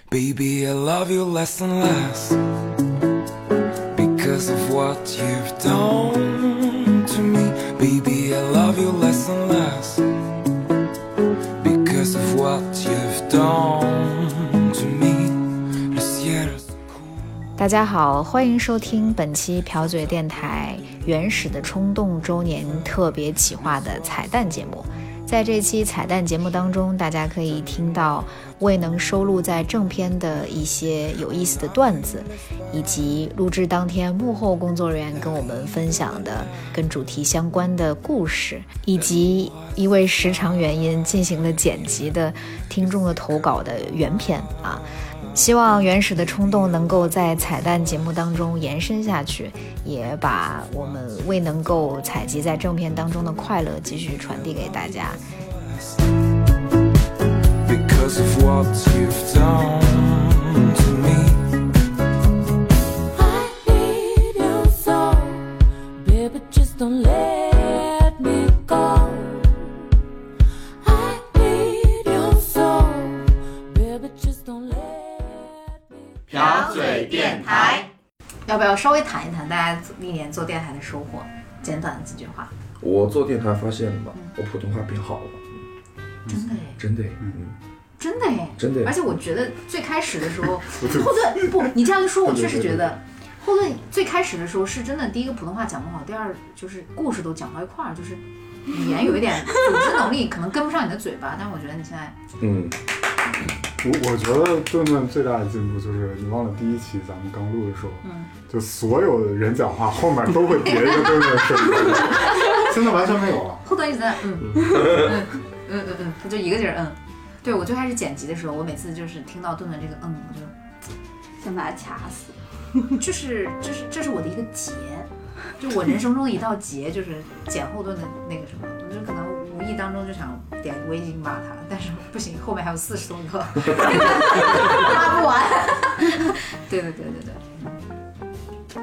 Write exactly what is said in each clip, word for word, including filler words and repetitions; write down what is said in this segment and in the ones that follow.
Baby, I love you less and less because of what you've done to me. Baby, I love you less and less because of what you've done to me. 大家好，欢迎收听本期瓢嘴电台原始的冲动周年特别企划的彩蛋节目。在这期彩蛋节目当中，大家可以听到未能收录在正片的一些有意思的段子，以及录制当天幕后工作人员跟我们分享的跟主题相关的故事，以及因为时长原因进行了剪辑的听众的投稿的原片啊。希望原始的冲动能够在彩蛋节目当中延伸下去，也把我们未能够采集在正片当中的快乐继续传递给大家。Because of what you've done to me, I need your soul, baby, just don't let me go. I need your soul, baby, just don't let me go. 瓢嘴电台， 要不要稍微谈一谈大家历年做电台的收获？简短的几句话。 我做电台发现了吧，我普通话变好了。 真的耶， 真的耶，嗯， 真的耶， 真的耶。 而且我觉得最开始的时候，后盾不，你这样一说，我确实觉得后盾最开始的时候是真的，第一个普通话讲不好，第二就是故事都讲到一块儿，就是语言有一点组织能力可能跟不上你的嘴巴，但是我觉得你现在， 嗯。 我我觉得顿顿最大的进步就是你忘了第一期咱们刚录的时候，嗯，就所有的人讲话后面都会叠一个顿顿声音，现在完全没有了。 后端一直在嗯嗯嗯嗯嗯嗯，他就一个劲儿嗯。对，我最开始剪辑的时候，我每次就是听到顿顿这个嗯，我就想把它掐死。 就是就是这是我的一个结，就我人生中的一道结，就是剪后盾的那个什么，我就可能无意当中就想点微信骂他，但是不行，后面还有四十多个，骂不完。对对对对对。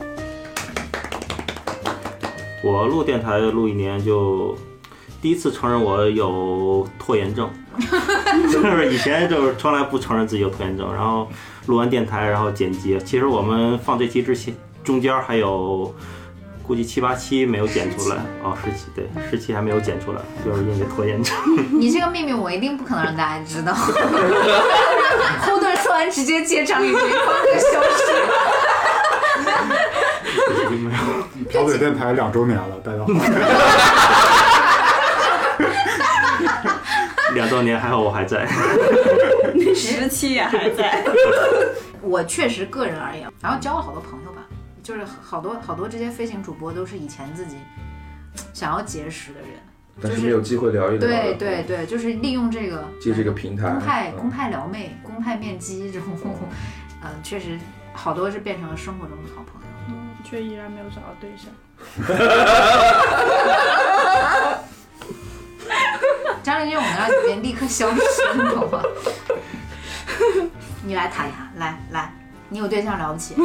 我录电台录一年，就第一次承认我有拖延症，就是以前就是从来不承认自己有拖延症，然后录完电台，然后剪辑。其实我们放这期之前，中间还有估计七八期没有剪出来，哦，十期对，十期还没有剪出来，就是因为拖延症。 你这个秘密我一定不可能让大家知道。后盾说完直接接张宇军，方可消失。 瓢嘴电台两周年了，大家好。 两周年还好我还在， 十期也还在。 我确实个人而言，然后交了好多朋友吧，就是好多好多这些飞行主播都是以前自己想要结识的人， 但是没有机会聊一聊。 对对对，就是利用这个借这个平台， 公派公派撩妹、公派面基这种，呃，确实好多是变成了生活中的好朋友。 嗯，却依然没有找到对象。 张丽君，我们让你立刻消失，好吗？你来谈谈，来来，你有对象了不起。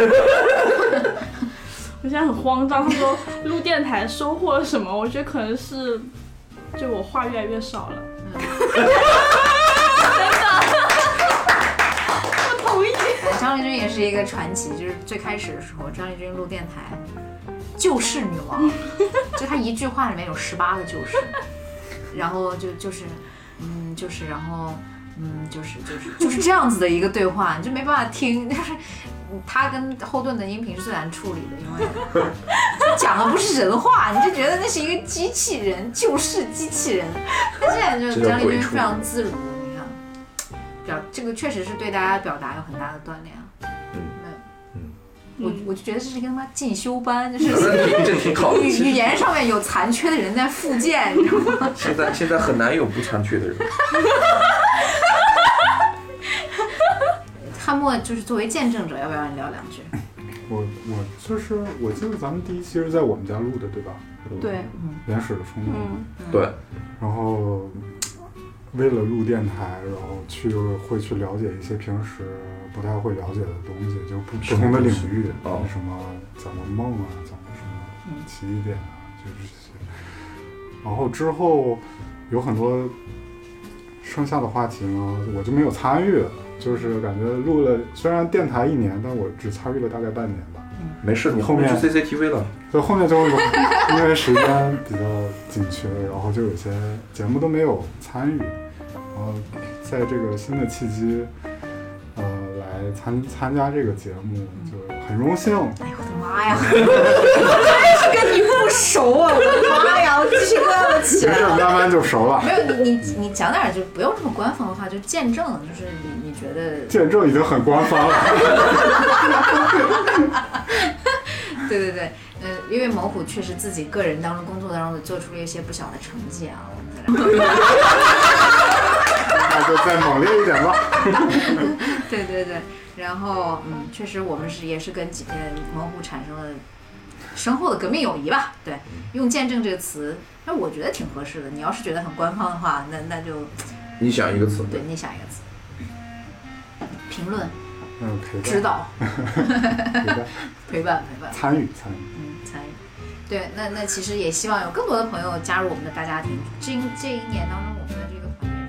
我现在很慌张，他说录电台收获了什么？我觉得可能是，就我话越来越少了。嗯、真的，我同意。 张丽君也是一个传奇，就是最开始的时候，张丽君录电台，就是女王，就她一句话里面有十八个就是。然后就就是嗯就是然后嗯就是就是就是这样子的一个对话，你就没办法听，就是他跟后盾的音频是最难处理的，因为讲的不是人话，你就觉得那是一个机器人，就是机器人。但现在就是张丽君非常自如，你看表这个确实是对大家表达有很大的锻炼。我我就觉得这是一个他妈进修班，就是语语言上面有残缺的人在复健，你知道吗？ 现在现在很难有不残缺的人。 汉默就是作为见证者，要不要你聊两句？ 我我就是我记得咱们第一期是在我们家录的，对吧？ 对， 嗯，原始的冲动。 嗯， 对。 然后为了录电台，然后去会去了解一些平时不太会了解的东西，就不不同的领域，哦，什么讲的梦啊，讲的什么奇异点啊，就这些。然后之后有很多剩下的话题呢，我就没有参与， 就是感觉录了，虽然电台一年，但我只参与了大概半年吧。 没事，你后面去 C C T V 了。 所以后面就因为时间比较紧缺，然后就有些节目都没有参与，然后在这个新的契机，呃，来参参加这个节目，就很荣幸。 哎呦我的妈呀！真是跟你不熟啊！我的妈呀，我鸡皮疙瘩起来了。 没事，慢慢就熟了。 没有你你你讲点就不用这么官方的话，就见证，就是你你觉得见证已经很官方了。 对对对，呃，因为猛虎确实自己个人当中工作当中做出了一些不小的成绩啊，我们再来。 那就再猛烈一点吧。 对对对，然后嗯，确实我们是也是跟呃猛虎产生了深厚的革命友谊吧。对，用见证这个词，那我觉得挺合适的。你要是觉得很官方的话，那那就你想一个词， 对，你想一个词，评论。 嗯，陪伴， 指导， 陪伴， 陪伴，陪伴， 参与，参与， 嗯，参与。对，那那其实也希望有更多的朋友加入我们的大家庭。这这一年当中，我们的这个团队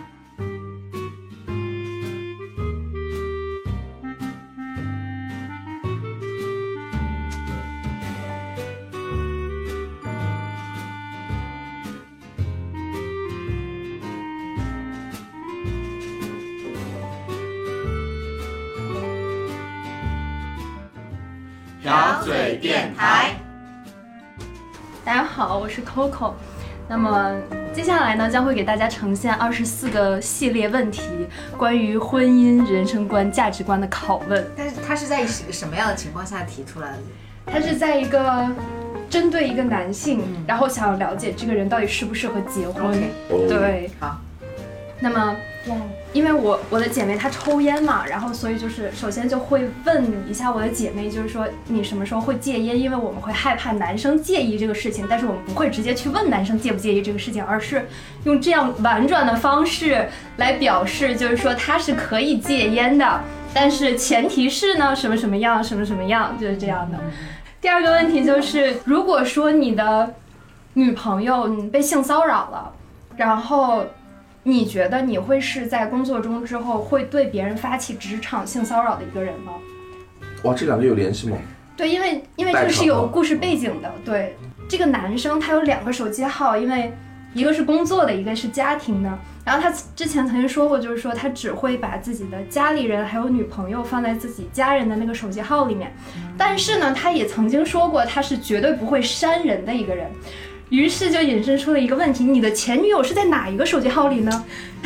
瓢嘴电台。 大家好，我是 Coco。那么接下来呢，将会给大家呈现二十四个系列问题，关于婚姻、人生观、价值观的拷问。 但是它是在什么样的情况下提出来的？ 它是在一个针对一个男性，嗯、然后想要了解这个人到底适不适合结婚。 Okay. 对， 好。 那么，因为我我的姐妹她抽烟嘛，然后所以就是首先就会问一下我的姐妹，就是说你什么时候会戒烟？因为我们会害怕男生介意这个事情，但是我们不会直接去问男生介不介意这个事情，而是用这样婉转的方式来表示，就是说他是可以戒烟的，但是前提是呢什么什么样，什么什么样，就是这样的。第二个问题就是，如果说你的女朋友你被性骚扰了，然后你觉得你会是在工作中之后会对别人发起职场性骚扰的一个人吗？ 哇，这两个有联系吗？ 对，因为因为这个是有故事背景的。对，这个男生他有两个手机号，因为一个是工作的，一个是家庭的。然后他之前曾经说过，就是说他只会把自己的家里人还有女朋友放在自己家人的那个手机号里面。但是呢，他也曾经说过，他是绝对不会删人的一个人。于是就引申出了一个问题，你的前女友是在哪一个手机号里呢？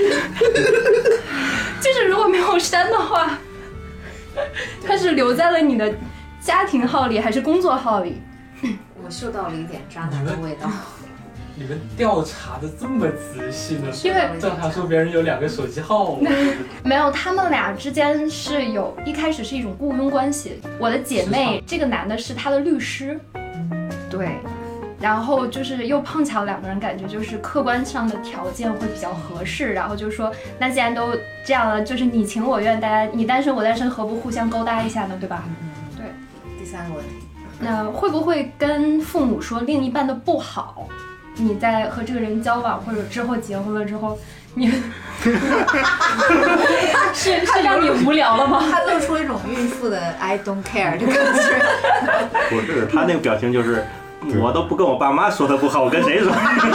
就是如果没有删的话，她是留在了你的家庭号里还是工作号里？ 我嗅到了一点渣男的味道。 你们调查的这么仔细呢？ 因为调查出别人有两个手机号。 没有，他们俩之间是有一开始是一种雇佣关系。我的姐妹，这个男的是她的律师，对。然后就是又碰巧两个人感觉就是客观上的条件会比较合适，然后就说那既然都这样了，就是你情我愿，大家你单身我单身，何不互相勾搭一下呢，对吧？ 嗯， 对。 第三个问题， 那会不会跟父母说另一半的不好？你在和这个人交往或者之后结婚了之后，你是是让你无聊了吗？ 他露出一种孕妇的 I don't care 的感觉。 不是，他那个表情就是。我都不跟我爸妈说他不好，我跟谁说？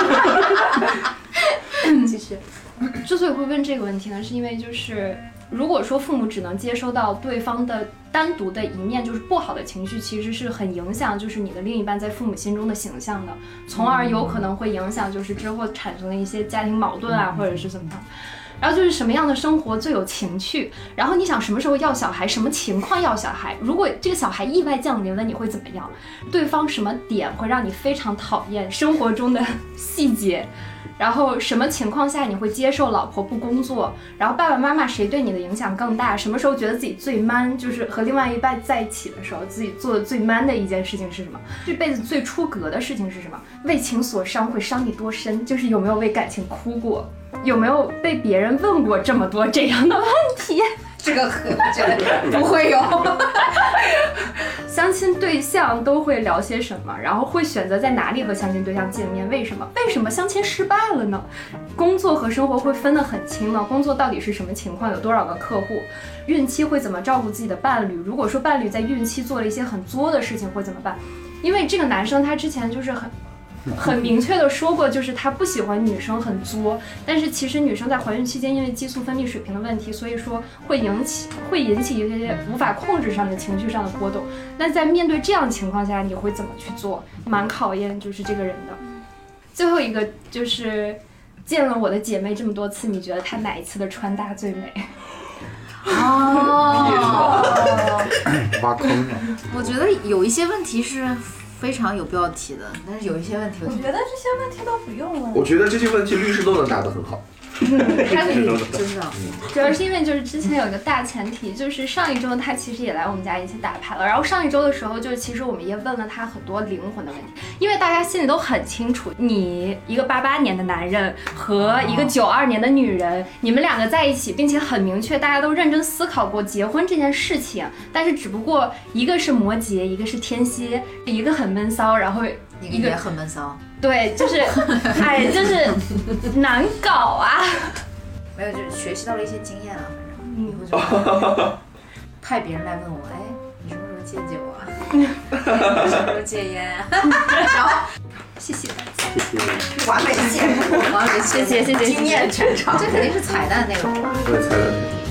其实，之所以会问这个问题呢，是因为就是如果说父母只能接收到对方的单独的一面，就是不好的情绪，其实是很影响就是你的另一半在父母心中的形象的，从而有可能会影响就是之后产生的一些家庭矛盾啊，或者是怎么样。然后就是什么样的生活最有情趣，然后你想什么时候要小孩，什么情况要小孩，如果这个小孩意外降临了，你会怎么样？对方什么点会让你非常讨厌生活中的细节，然后什么情况下你会接受老婆不工作，然后爸爸妈妈谁对你的影响更大，什么时候觉得自己最 man， 就是和另外一半在一起的时候自己做的最 man 的一件事情是什么，这辈子最出格的事情是什么，为情所伤会伤你多深，就是有没有为感情哭过，有没有被别人问过这么多这样的问题？ 这个我觉得不会有。 相亲对象都会聊些什么？然后会选择在哪里和相亲对象见面？为什么？为什么相亲失败了呢？工作和生活会分得很清吗？工作到底是什么情况？有多少个客户？孕期会怎么照顾自己的伴侣？如果说伴侣在孕期做了一些很作的事情，会怎么办？因为这个男生他之前就是很。很明确的说过，就是他不喜欢女生很作，但是其实女生在怀孕期间因为激素分泌水平的问题，所以说会引起会引起一些无法控制上的情绪上的波动。那在面对这样的情况下，你会怎么去做？蛮考验就是这个人的。最后一个就是见了我的姐妹这么多次，你觉得她哪一次的穿搭最美？ 哦， 挖坑了。 我觉得有一些问题是非常有标题的，但是有一些问题我觉得这些问题都不用了。 我觉得这些问题律师都能答得很好。 嗯，他真的， 主要是因为就是之前有一个大前提，就是上一周他其实也来我们家一起打牌了，然后上一周的时候，就是其实我们也问了他很多灵魂的问题，因为大家心里都很清楚，你一个八八年的男人和一个九二年的女人，你们两个在一起，并且很明确，大家都认真思考过结婚这件事情，但是只不过一个是摩羯，一个是天蝎，一个很闷骚，然后一个也很闷骚。 对，就是，哎，就是难搞啊。 没有，就是学习到了一些经验啊，反正以后就派别人来问我，哎，你什么时候戒酒啊？什么时候戒烟啊？然后谢谢大家， 谢谢， 完美谢幕，完美谢谢谢谢， 经验全场，这肯定是彩蛋内容吧？ 对，彩蛋内容。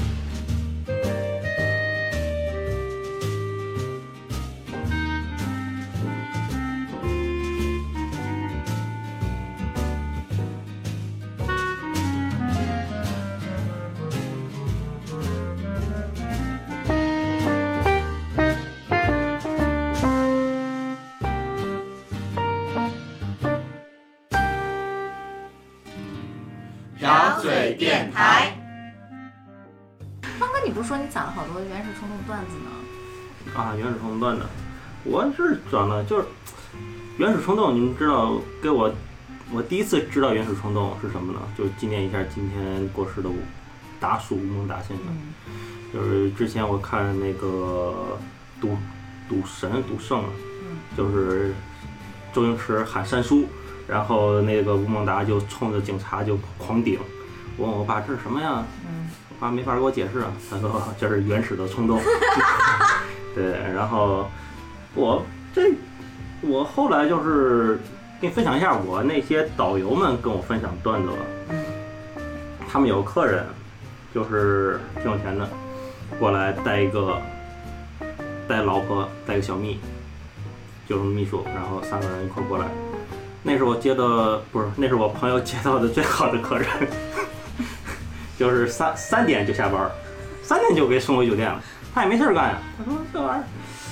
小嘴电台。方哥，你不是说你攒了好多原始冲动段子呢？ 啊，原始冲动段子，我是转了，就是原始冲动，你们知道，给我我第一次知道原始冲动是什么呢？就是纪念一下今天过世的达叔吴孟达先生。嗯、就是之前我看那个赌赌神赌圣，嗯、就是周星驰喊三叔。然后那个吴孟达就冲着警察就狂顶，我问我爸这是什么呀？嗯，我爸没法给我解释啊，他说这是原始的冲动。对，然后我这我后来就是跟你分享一下我那些导游们跟我分享段子了。他们有客人就是挺有钱的，过来带一个带老婆带个小蜜，就是秘书，然后三个人一块过来。那是我接的不是，那是我朋友接到的最好的客人，就是三三点就下班，三点就给送回酒店了。他也没事干呀，他说这玩意儿，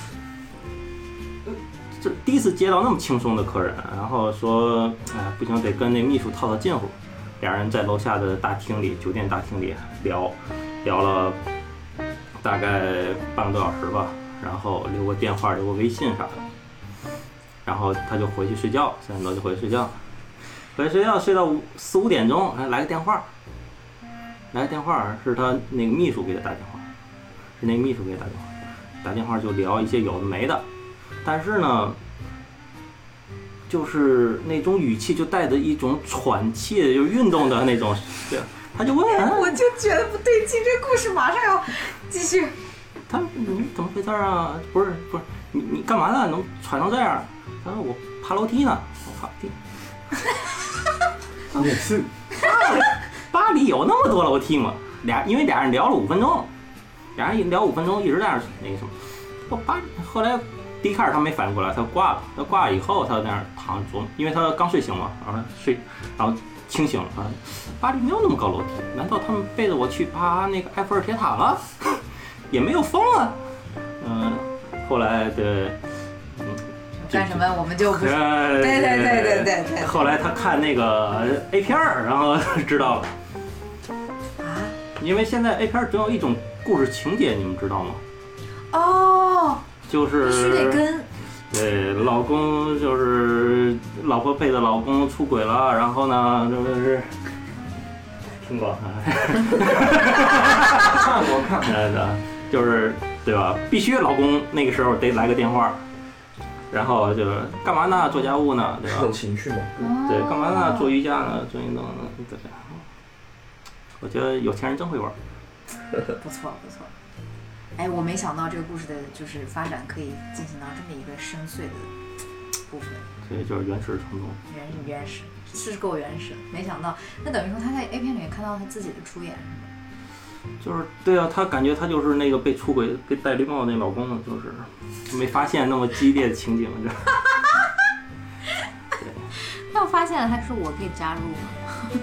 这第一次接到那么轻松的客人，然后说，哎不行，得跟那秘书套套近乎。俩人在楼下的大厅里，酒店大厅里聊，聊了大概半个多小时吧，然后留个电话，留个微信啥的。然后他就回去睡觉，三点多就回去睡觉，回去睡觉睡到五四五点钟，来来个电话，来个电话是他那个秘书给他打电话，是那个秘书给他打电话，打电话就聊一些有的没的，但是呢，就是那种语气就带着一种喘气，就是运动的那种，对，他就问， 我就觉得不对劲，这故事马上要继续。 他你怎么回事啊？不是不是，你你干嘛呢？能喘成这样？他说我爬楼梯呢，我爬楼梯。 你也信？ 巴黎有那么多楼梯吗？俩因为俩人聊了五分钟，俩人聊五分钟一直在那那个什么。我巴后来第一开始他没反应过来，他挂了。他挂了以后，他在那儿躺着，因为他刚睡醒嘛，然后睡，然后清醒了。巴黎没有那么高楼梯，难道他们背着我去爬那个埃菲尔铁塔了？也没有疯啊。嗯，后来的。 干什么我们就不说。对对对对对对。 后来他看那个 A 片儿，然后知道了。 啊？ 因为现在 A 片儿只有一种故事情节，你们知道吗？ 哦。 就是必须得跟。 对，老公就是老婆背着老公出轨了，然后呢就是听过， 看过看过， 呃，就是对吧？必须老公那个时候得来个电话，然后就是干嘛呢？做家务呢，对吧？ 是种情绪嘛。 对，干嘛呢？做瑜伽呢？做运动呢？对。我觉得有钱人真会玩。 不错不错。哎，我没想到这个故事的就是发展可以进行到这么一个深邃的部分。 对，就是原始冲动。 原原始是够原始，没想到。那等于说他在 A 片里面看到他自己的出演是吗？ 就是对啊，他感觉他就是那个被出轨、被戴绿帽那老公，就是没发现那么激烈的情景，这。对。 那我发现了，他说我可以加入吗？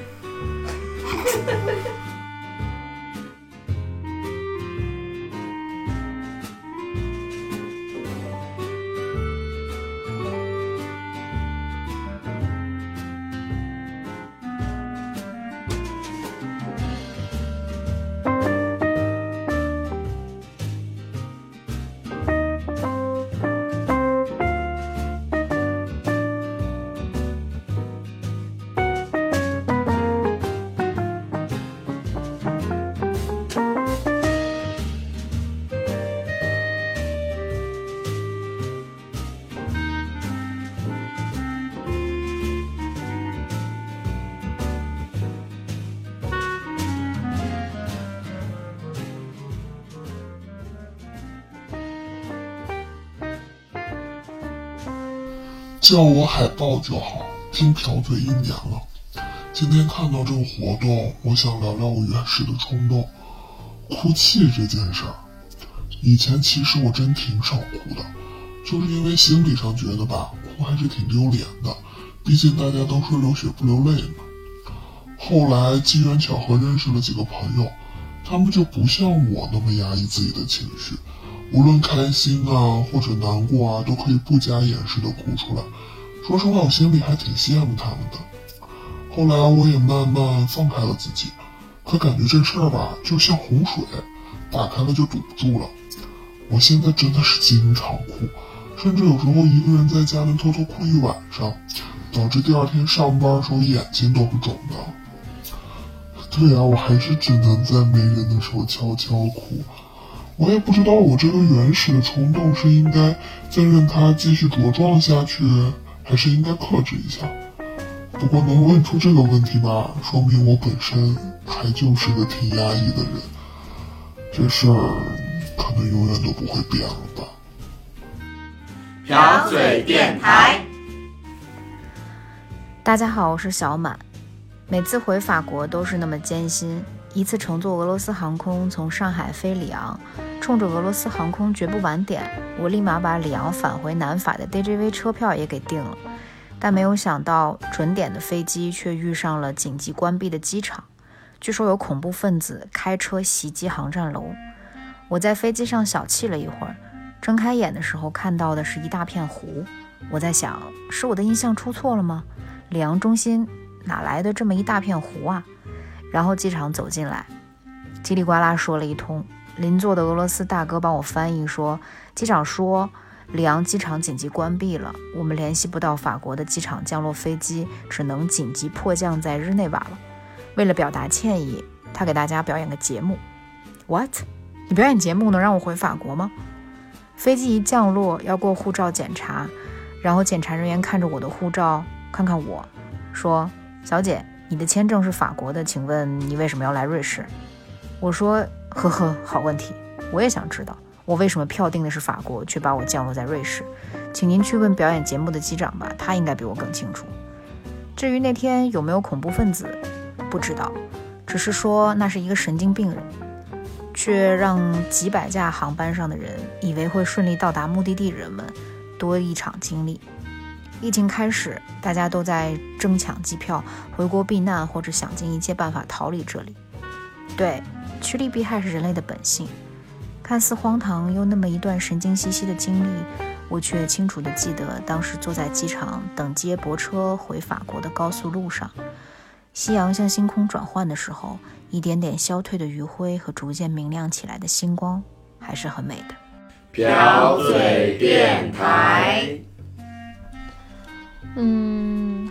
叫我海豹就好，听瓢嘴一年了。今天看到这个活动，我想聊聊我原始的冲动，哭泣这件事儿。以前其实我真挺少哭的，就是因为心理上觉得吧，哭还是挺丢脸的，毕竟大家都说流血不流泪嘛。后来机缘巧合认识了几个朋友，他们就不像我那么压抑自己的情绪，无论开心啊或者难过啊，都可以不加掩饰的哭出来。说实话，我心里还挺羡慕他们的。后来我也慢慢放开了自己，可感觉这事儿吧，就像洪水，打开了就堵不住了。我现在真的是经常哭，甚至有时候一个人在家能偷偷哭一晚上，导致第二天上班的时候眼睛都是肿的。对啊，我还是只能在没人的时候悄悄哭。我也不知道我这个原始的冲动是应该再让它继续茁壮下去，还是应该克制一下。不过能问出这个问题吧，说明我本身还就是个挺压抑的人，这事儿可能永远都不会变了吧。 瓢嘴电台， 大家好，我是小满。每次回法国都是那么艰辛，一次乘坐俄罗斯航空从上海飞里昂，冲着俄罗斯航空绝不晚点，我立马把里昂返回南法的 D J V 车票也给订了。但没有想到准点的飞机却遇上了紧急关闭的机场，据说有恐怖分子开车袭击航站楼。我在飞机上小憩了一会儿，睁开眼的时候看到的是一大片湖。我在想，是我的印象出错了吗？里昂中心哪来的这么一大片湖啊？然后机场走进来，叽里呱啦说了一通，邻座的俄罗斯大哥帮我翻译说，机长说里昂机场紧急关闭了，我们联系不到法国的机场降落飞机，只能紧急迫降在日内瓦了。为了表达歉意，他给大家表演个节目。 What？ 你表演节目能让我回法国吗？飞机一降落要过护照检查，然后检查人员看着我的护照，看看我，说，小姐，你的签证是法国的，请问你为什么要来瑞士？我说，呵呵，好问题，我也想知道我为什么票订的是法国，却把我降落在瑞士？请您去问表演节目的机长吧，他应该比我更清楚。至于那天有没有恐怖分子，不知道，只是说那是一个神经病人，却让几百架航班上的人以为会顺利到达目的地，人们多一场经历。疫情开始，大家都在争抢机票回国避难，或者想尽一切办法逃离这里。对，趋利避害是人类的本性。看似荒唐又那么一段神经兮兮的经历，我却清楚地记得当时坐在机场等接驳车回法国的高速路上，夕阳向星空转换的时候，一点点消退的余晖和逐渐明亮起来的星光还是很美的。 瓢嘴电台。 嗯，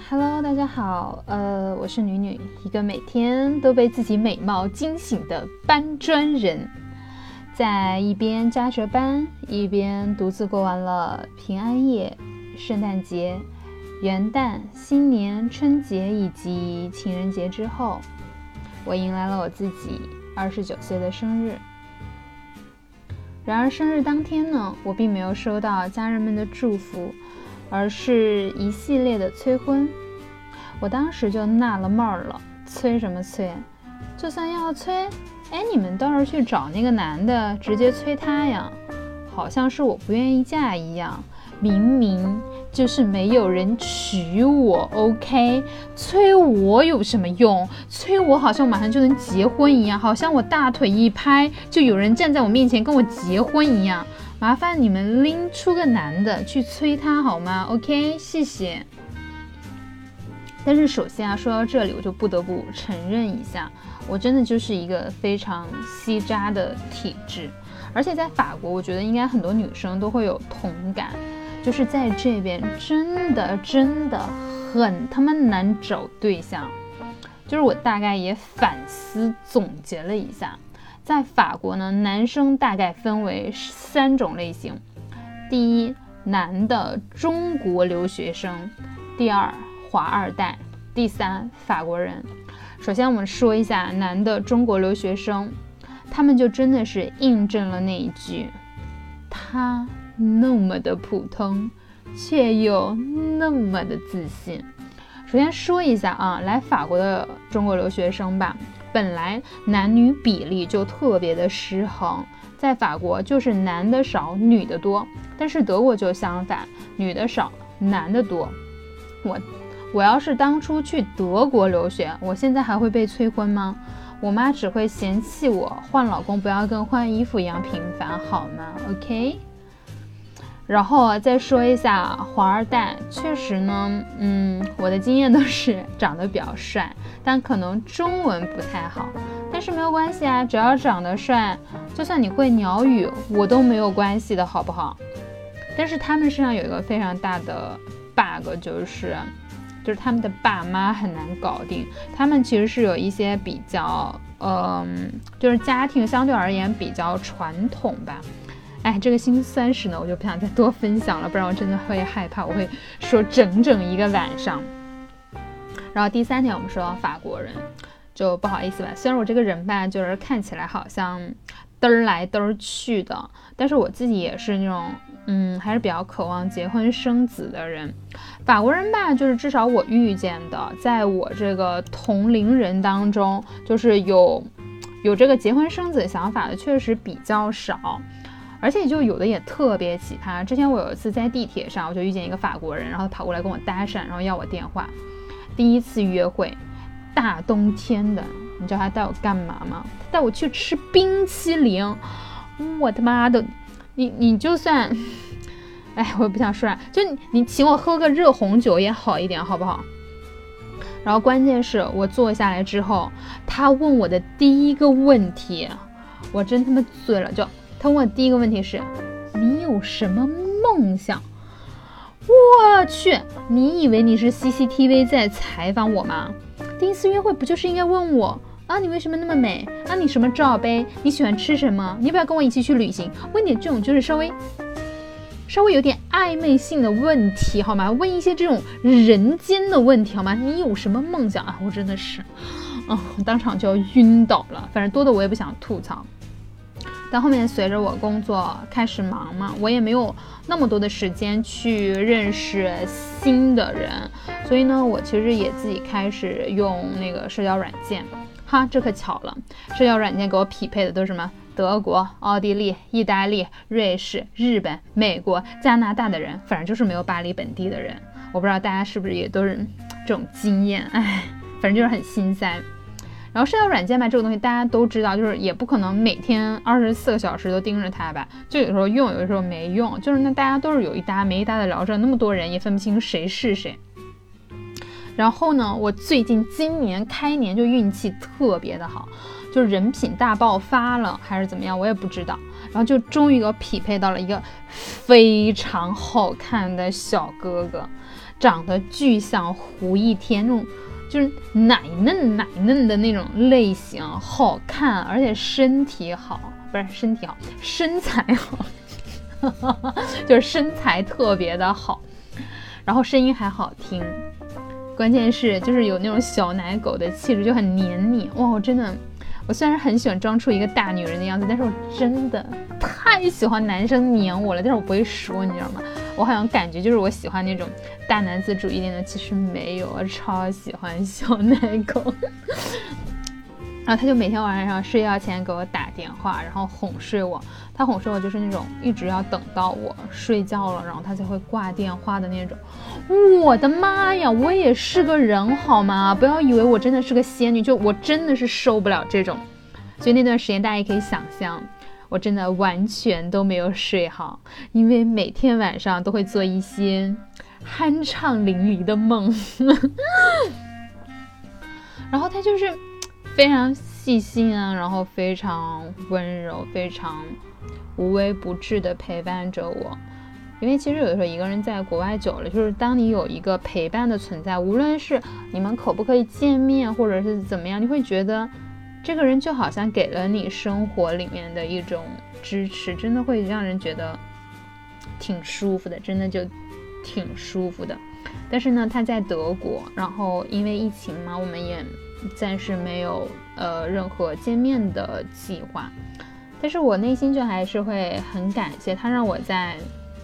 Hello， 大家好，呃，我是女女，一个每天都被自己美貌惊醒的搬砖人，在一边加着班，一边独自过完了平安夜、圣诞节、元旦、新年、春节以及情人节之后，我迎来了我自己二十九岁的生日。然而生日当天呢，我并没有收到家人们的祝福，而是一系列的催婚。我当时就纳了闷儿了，催什么催？就算要催，哎，你们倒是去找那个男的，直接催他呀，好像是我不愿意嫁一样。明明就是没有人娶我 ，OK？ 催我有什么用？催我好像马上就能结婚一样，好像我大腿一拍就有人站在我面前跟我结婚一样。麻烦你们拎出个男的去催他好吗 ？OK？ 谢谢。但是首先啊，说到这里，我就不得不承认一下，我真的就是一个非常吸渣的体质，而且在法国，我觉得应该很多女生都会有同感。就是在这边真的真的很他妈难找对象，就是我大概也反思总结了一下，在法国呢，男生大概分为三种类型：第一，男的中国留学生；第二，华二代；第三，法国人。首先我们说一下男的中国留学生，他们就真的是印证了那一句，他那么的普通，却又那么的自信。首先说一下啊，来法国的中国留学生吧，本来男女比例就特别的失衡，在法国就是男的少，女的多，但是德国就相反，女的少，男的多。我我要是当初去德国留学，我现在还会被催婚吗？我妈只会嫌弃我换老公不要跟换衣服一样频繁，好吗 ？OK。然后再说一下华二代，确实呢，嗯，我的经验都是长得比较帅，但可能中文不太好，但是没有关系啊，只要长得帅，就算你会鸟语，我都没有关系的，好不好？但是他们身上有一个非常大的 bug， 就是就是他们的爸妈很难搞定，他们其实是有一些比较，嗯，就是家庭相对而言比较传统吧。哎，这个辛酸史呢，我就不想再多分享了，不然我真的会害怕，我会说整整一个晚上。然后第三点，我们说到法国人，就不好意思吧，虽然我这个人吧，就是看起来好像嘚儿来嘚儿去的，但是我自己也是那种，嗯，还是比较渴望结婚生子的人。法国人吧，就是至少我遇见的，在我这个同龄人当中，就是有有这个结婚生子想法的，确实比较少。而且就有的也特别奇葩。之前我有一次在地铁上，我就遇见一个法国人，然后他跑过来跟我搭讪，然后要我电话。第一次约会，大冬天的，你知道他带我干嘛吗？他带我去吃冰淇淋。我他妈的，你你就算，哎，我也不想说了，就你你请我喝个热红酒也好一点，好不好？然后关键是我坐下来之后，他问我的第一个问题，我真他妈醉了，就。他问我第一个问题是，你有什么梦想？我去，你以为你是 C C T V 在采访我吗？第一次约会不就是应该问我啊，你为什么那么美啊？你什么罩杯？你喜欢吃什么？你要不要跟我一起去旅行？问点这种就是稍微稍微有点暧昧性的问题好吗？问一些这种人间的问题好吗？你有什么梦想啊？我真的是，嗯，当场就要晕倒了。反正多的我也不想吐槽。但后面随着我工作开始忙嘛，我也没有那么多的时间去认识新的人，所以呢，我其实也自己开始用那个社交软件。哈，这可巧了，社交软件给我匹配的都是什么？德国、奥地利、意大利、瑞士、日本、美国、加拿大的人，反正就是没有巴黎本地的人。我不知道大家是不是也都是这种经验，哎，反正就是很心塞。然后社交软件吧，这个东西大家都知道，就是也不可能每天二十四个小时都盯着它吧，就有时候用，有的时候没用，就是那大家都是有一搭没一搭的聊着，那么多人也分不清谁是谁。然后呢，我最近今年开年就运气特别的好，就是人品大爆发了还是怎么样，我也不知道。然后就终于给我匹配到了一个非常好看的小哥哥。 长得巨像胡一天那种，就是奶嫩奶嫩的那种类型，好看，而且身体好，不是身体好，身材好，就是身材特别的好，然后声音还好听，关键是就是有那种小奶狗的气质，就很黏你。哇，我真的，我虽然很喜欢装出一个大女人的样子，但是我真的太喜欢男生黏我了，但是我不会说，你知道吗？我好像感觉就是我喜欢那种大男子主义一点的，其实没有，我超喜欢小奶狗。然后他就每天晚上睡觉前给我打电话，然后哄睡我。他哄睡我就是那种一直要等到我睡觉了，然后他才会挂电话的那种。我的妈呀，我也是个人好吗？不要以为我真的是个仙女，就我真的是受不了这种。所以那段时间大家也可以想象，我真的完全都没有睡好，因为每天晚上都会做一些酣畅淋漓的梦。然后他就是非常细心啊，然后非常温柔，非常无微不至的陪伴着我。因为其实有的时候一个人在国外久了，就是当你有一个陪伴的存在，无论是你们可不可以见面或者是怎么样，你会觉得这个人就好像给了你生活里面的一种支持，真的会让人觉得挺舒服的，真的就挺舒服的。但是呢，他在德国，然后因为疫情嘛，我们也暂时没有呃任何见面的计划，但是我内心就还是会很感谢他，让我在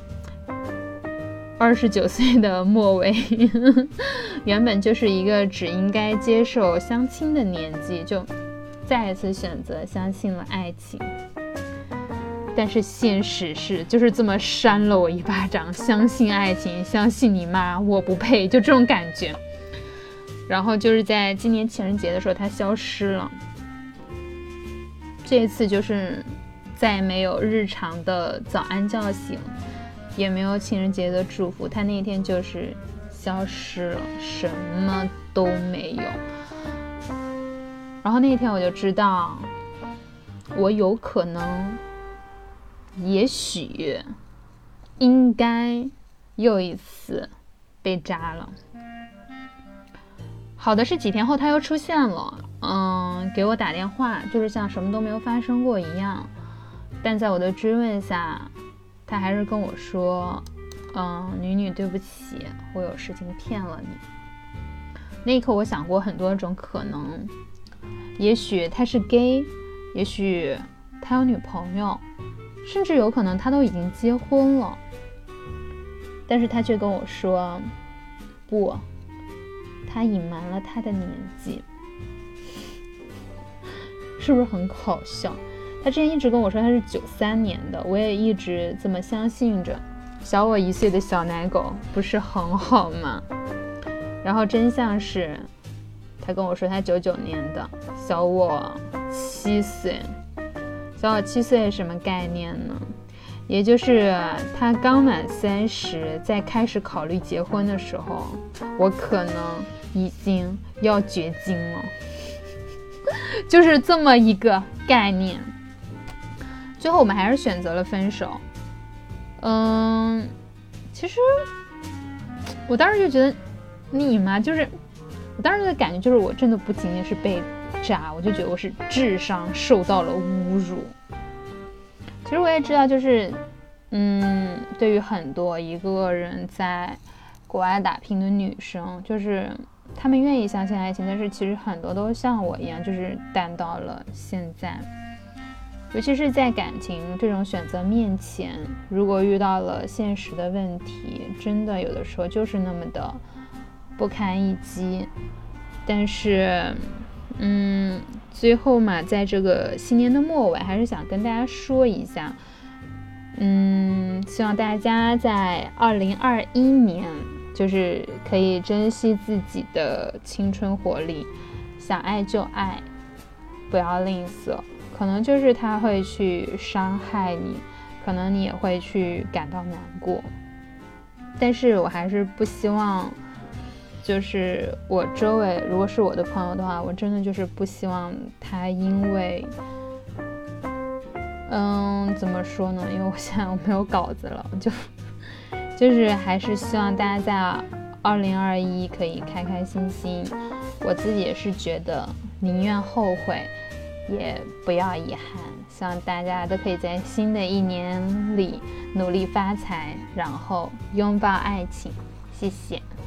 二十九岁的末尾原本就是一个只应该接受相亲的年纪，就再一次选择相信了爱情。但是现实是就是这么扇了我一巴掌，相信爱情，相信你妈，我不配，就这种感觉。然后就是在今年情人节的时候他消失了，这一次就是再也没有日常的早安叫醒，也没有情人节的祝福，他那一天就是消失了，什么都没有。然后那一天我就知道我有可能也许应该又一次被扎了。好的是几天后他又出现了，嗯，给我打电话，就是像什么都没有发生过一样。但在我的追问下，他还是跟我说，嗯，女女对不起，我有事情骗了你。那一刻我想过很多种可能，也许他是 gay， 也许他有女朋友，甚至有可能他都已经结婚了。但是他却跟我说，不，他隐瞒了他的年纪。是不是很好笑？他之前一直跟我说他是九三年的，我也一直这么相信着。小我一岁的小奶狗不是很好吗？然后真相是他跟我说他九九年的，小我七岁。小我七岁什么概念呢？也就是他刚满三十，在开始考虑结婚的时候，我可能已经要绝经了。就是这么一个概念。最后我们还是选择了分手。嗯，其实我当时就觉得你嘛，就是我当时的感觉就是我真的不仅仅是被扎，我就觉得我是智商受到了侮辱。其实我也知道，就是嗯，对于很多一个人在国外打拼的女生，就是她们愿意相信爱情，但是其实很多都像我一样，就是淡到了现在。尤其是在感情这种选择面前，如果遇到了现实的问题，真的有的时候就是那么的不堪一击。但是嗯，最后嘛，在这个新年的末尾，还是想跟大家说一下，嗯，希望大家在二零二一年就是可以珍惜自己的青春活力，想爱就爱，不要吝啬。可能就是他会去伤害你，可能你也会去感到难过，但是我还是不希望，就是我周围如果是我的朋友的话，我真的就是不希望他因为嗯怎么说呢，因为我现在我没有稿子了，就就是还是希望大家在二零二一可以开开心心。我自己也是觉得宁愿后悔也不要遗憾，希望大家都可以在新的一年里努力发财，然后拥抱爱情。谢谢。